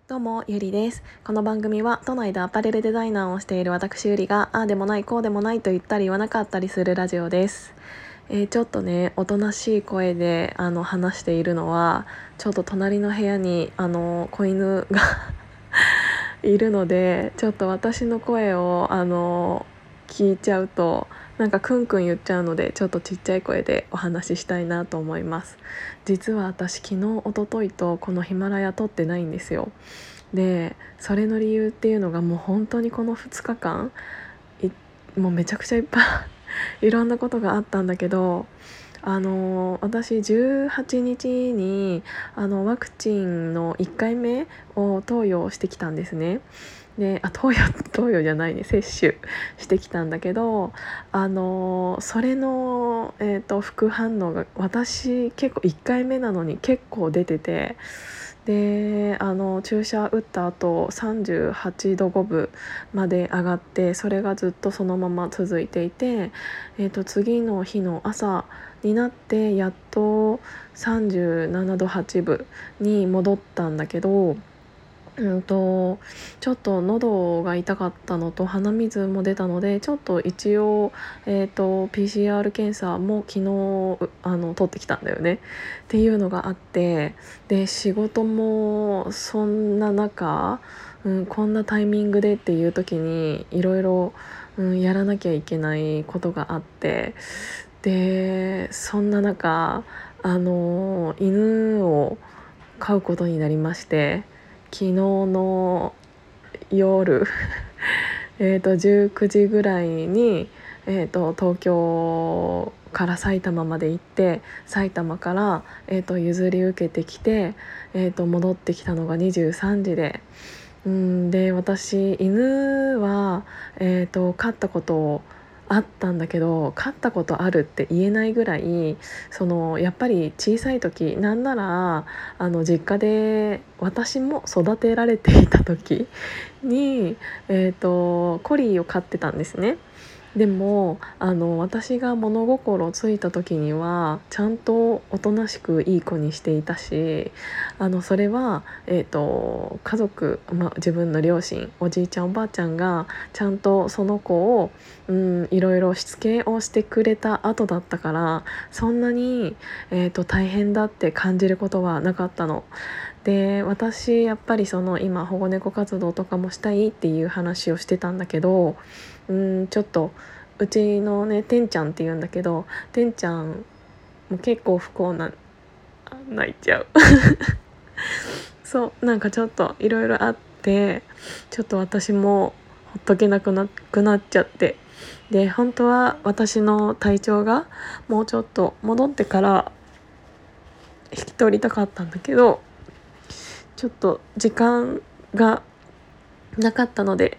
どうも、ゆりです。この番組は都内でアパレルデザイナーをしている私ゆりがああでもないこうでもないと言ったり言わなかったりするラジオです。ちょっとねおとなしい声で話しているのはちょっと隣の部屋に子犬がいるので、ちょっと私の声を聞いちゃうとなんかクンクン言っちゃうので、ちょっとちっちゃい声でお話ししたいなと思います。実は私昨日一昨日とこのヒマラヤ撮ってないんですよ。でそれの理由っていうのがもう本当にこの2日間もうめちゃくちゃいっぱいいろんなことがあったんだけど、私18日にワクチンの1回目を投与してきたんですね。で投与じゃないね、接種してきたんだけど、それの、副反応が私結構1回目なのに結構出てて、で注射打った後38度5分まで上がって、それがずっとそのまま続いていて、次の日の朝になってやっと37度8分に戻ったんだけど、ちょっと喉が痛かったのと鼻水も出たので、ちょっと一応、PCR 検査も昨日取ってきたんだよねっていうのがあって、で仕事もそんな中、こんなタイミングでっていう時にいろいろやらなきゃいけないことがあって、でそんな中犬を飼うことになりまして、昨日の夜19時ぐらいに、東京から埼玉まで行って、埼玉から、譲り受けてきて、戻ってきたのが23時で、で私犬は、飼ったことあったんだけど、飼ったことあるって言えないぐらい、やっぱり小さい時、なんなら実家で私も育てられていた時に、コリーを飼ってたんですね。でも私が物心ついた時にはちゃんとおとなしくいい子にしていたし、それは、家族、自分の両親、おじいちゃんおばあちゃんがちゃんとその子を、いろいろしつけをしてくれた後だったから、そんなに、大変だって感じることはなかったの。で私やっぱり今保護猫活動とかもしたいっていう話をしてたんだけど、ちょっとうちのねてんちゃんっていうんだけど、てんちゃんも結構不幸な、泣いちゃうそうなんかちょっといろいろあって、ちょっと私もほっとけなくなっちゃって、で本当は私の体調がもうちょっと戻ってから引き取りたかったんだけど、ちょっと時間がなかったので、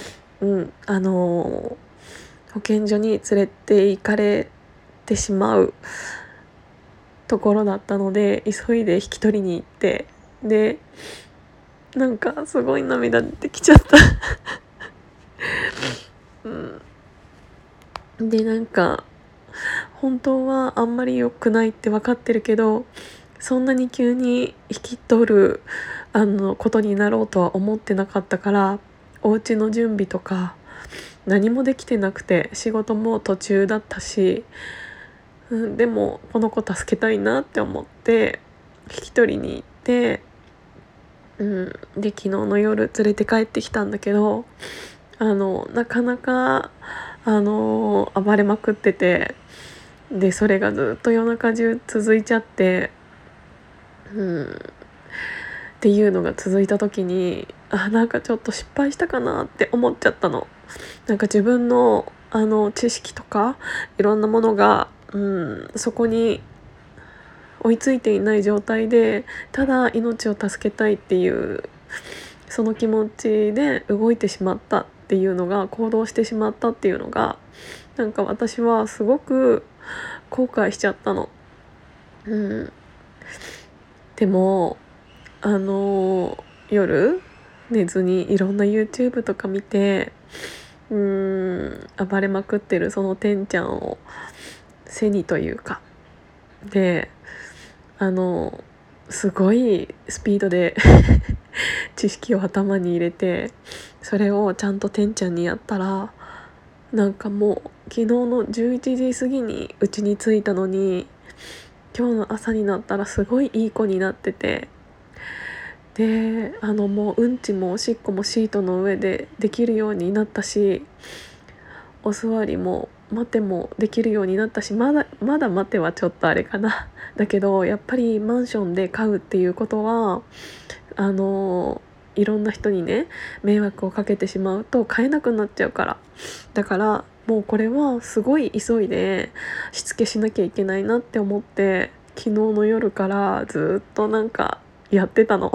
保健所に連れて行かれてしまうところだったので、急いで引き取りに行って、でなんかすごい涙出てきちゃったでなんか本当はあんまり良くないって分かってるけど、そんなに急に引き取ることになろうとは思ってなかったから、お家の準備とか何もできてなくて、仕事も途中だったし、でもこの子助けたいなって思って引き取りに行って、で昨日の夜連れて帰ってきたんだけど、なかなか暴れまくってて、でそれがずっと夜中中続いちゃって、っていうのが続いた時に、なんかちょっと失敗したかなって思っちゃったの。なんか自分の知識とかいろんなものが、そこに追いついていない状態で、ただ命を助けたいっていうその気持ちで動いてしまったっていうのが、行動してしまったっていうのが、なんか私はすごく後悔しちゃったの。でも夜寝ずにいろんな YouTube とか見て、暴れまくってるそのてんちゃんを背にというかですごいスピードで知識を頭に入れて、それをちゃんとてんちゃんにやったら、なんかもう昨日の11時過ぎに家に着いたのに、今日の朝になったらすごいいい子になってて、でもううんちもおしっこもシートの上でできるようになったし、お座りも待てもできるようになったし、まだ待てはちょっとあれかなだけどやっぱりマンションで飼うっていうことはいろんな人にね迷惑をかけてしまうと飼えなくなっちゃうから、だからもうこれはすごい急いでしつけしなきゃいけないなって思って、昨日の夜からずっとなんかやってたの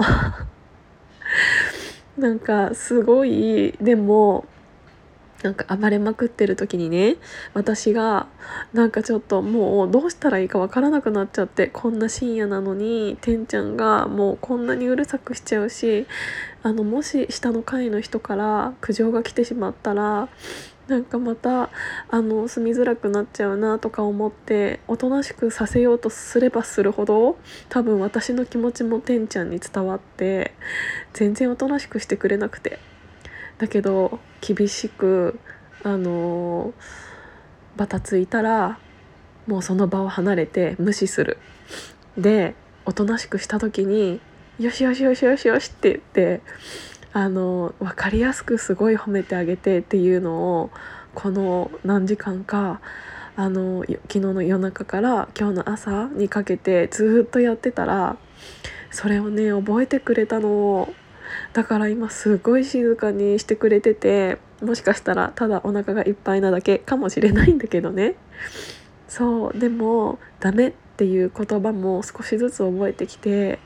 なんかすごい、でもなんか暴れまくってる時にね、私がなんかちょっともうどうしたらいいかわからなくなっちゃって、こんな深夜なのにてんちゃんがもうこんなにうるさくしちゃうし、もし下の階の人から苦情が来てしまったらなんかまた住みづらくなっちゃうなとか思って、おとなしくさせようとすればするほど多分私の気持ちもてんちゃんに伝わって、全然おとなしくしてくれなくて、だけど厳しくバタついたらもうその場を離れて無視する。でおとなしくした時によしよしよしよしよしって言って分かりやすくすごい褒めてあげてっていうのをこの何時間か昨日の夜中から今日の朝にかけてずっとやってたら、それをね覚えてくれたの。だから今すごい静かにしてくれてて、もしかしたらただお腹がいっぱいなだけかもしれないんだけどね。そうでもダメっていう言葉も少しずつ覚えてきて、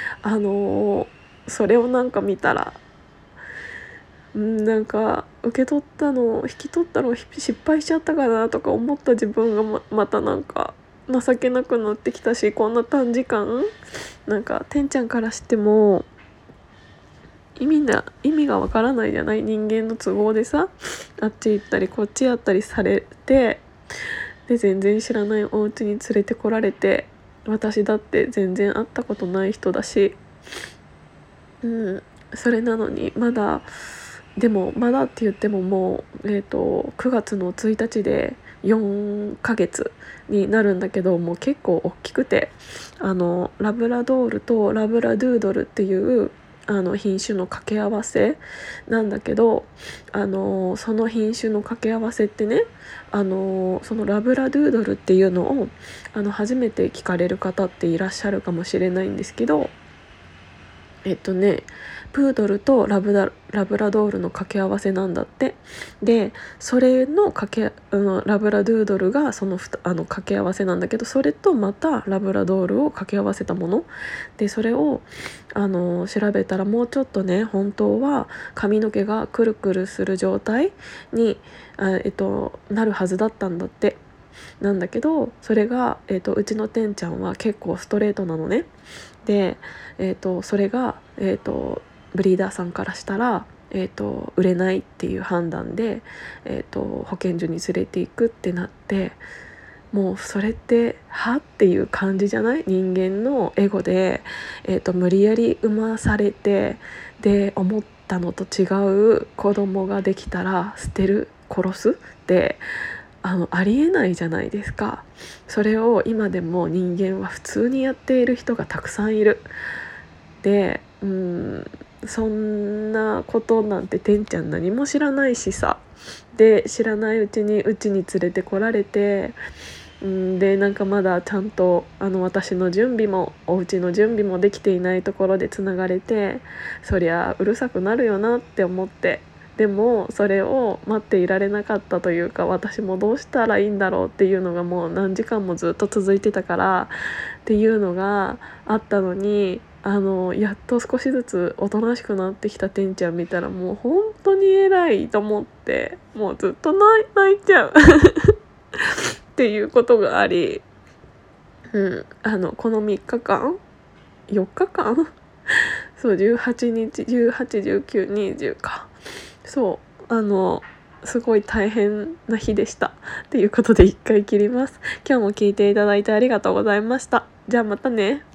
それをなんか見たらなんか引き取ったの失敗しちゃったかなとか思った自分がまたなんか情けなくなってきたし、こんな短時間なんかてんちゃんからしても意味がわからないじゃない。人間の都合でさ、あっち行ったりこっちやったりされて、で全然知らないお家に連れてこられて、私だって全然会ったことない人だし、それなのにまだって言ってももう、9月の1日で4ヶ月になるんだけど、もう結構大きくて、ラブラドールとラブラドゥードルっていう品種の掛け合わせなんだけど、その品種の掛け合わせってね、そのラブラドゥードルっていうのを初めて聞かれる方っていらっしゃるかもしれないんですけど、プードルとラブラドールの掛け合わせなんだって。でそれのラブラドゥードルがその掛け合わせなんだけど、それとまたラブラドールを掛け合わせたもので、それを調べたらもうちょっとね、本当は髪の毛がくるくるする状態になるはずだったんだって。なんだけどそれが、うちのてんちゃんは結構ストレートなのね。で、それが、ブリーダーさんからしたら、売れないっていう判断で、保健所に連れていくってなって、もうそれってはっていう感じじゃない。人間のエゴで、無理やり産まされて、で思ったのと違う子供ができたら捨てる殺すってありえないじゃないですか。それを今でも人間は普通にやっている人がたくさんいる。でそんなことなんててんちゃん何も知らないしさ。で知らないうちに連れてこられて、でなんかまだちゃんと私の準備もお家の準備もできていないところでつながれて、そりゃうるさくなるよなって思って、でもそれを待っていられなかったというか、私もどうしたらいいんだろうっていうのがもう何時間もずっと続いてたからっていうのがあったのに、やっと少しずつおとなしくなってきたてんちゃん見たらもう本当に偉いと思って、もうずっと泣いちゃうっていうことがあり、この3日間4日間そう18日181920か、そうすごい大変な日でしたっていうことで一回切ります。今日も聞いていただいてありがとうございました。じゃあまたね。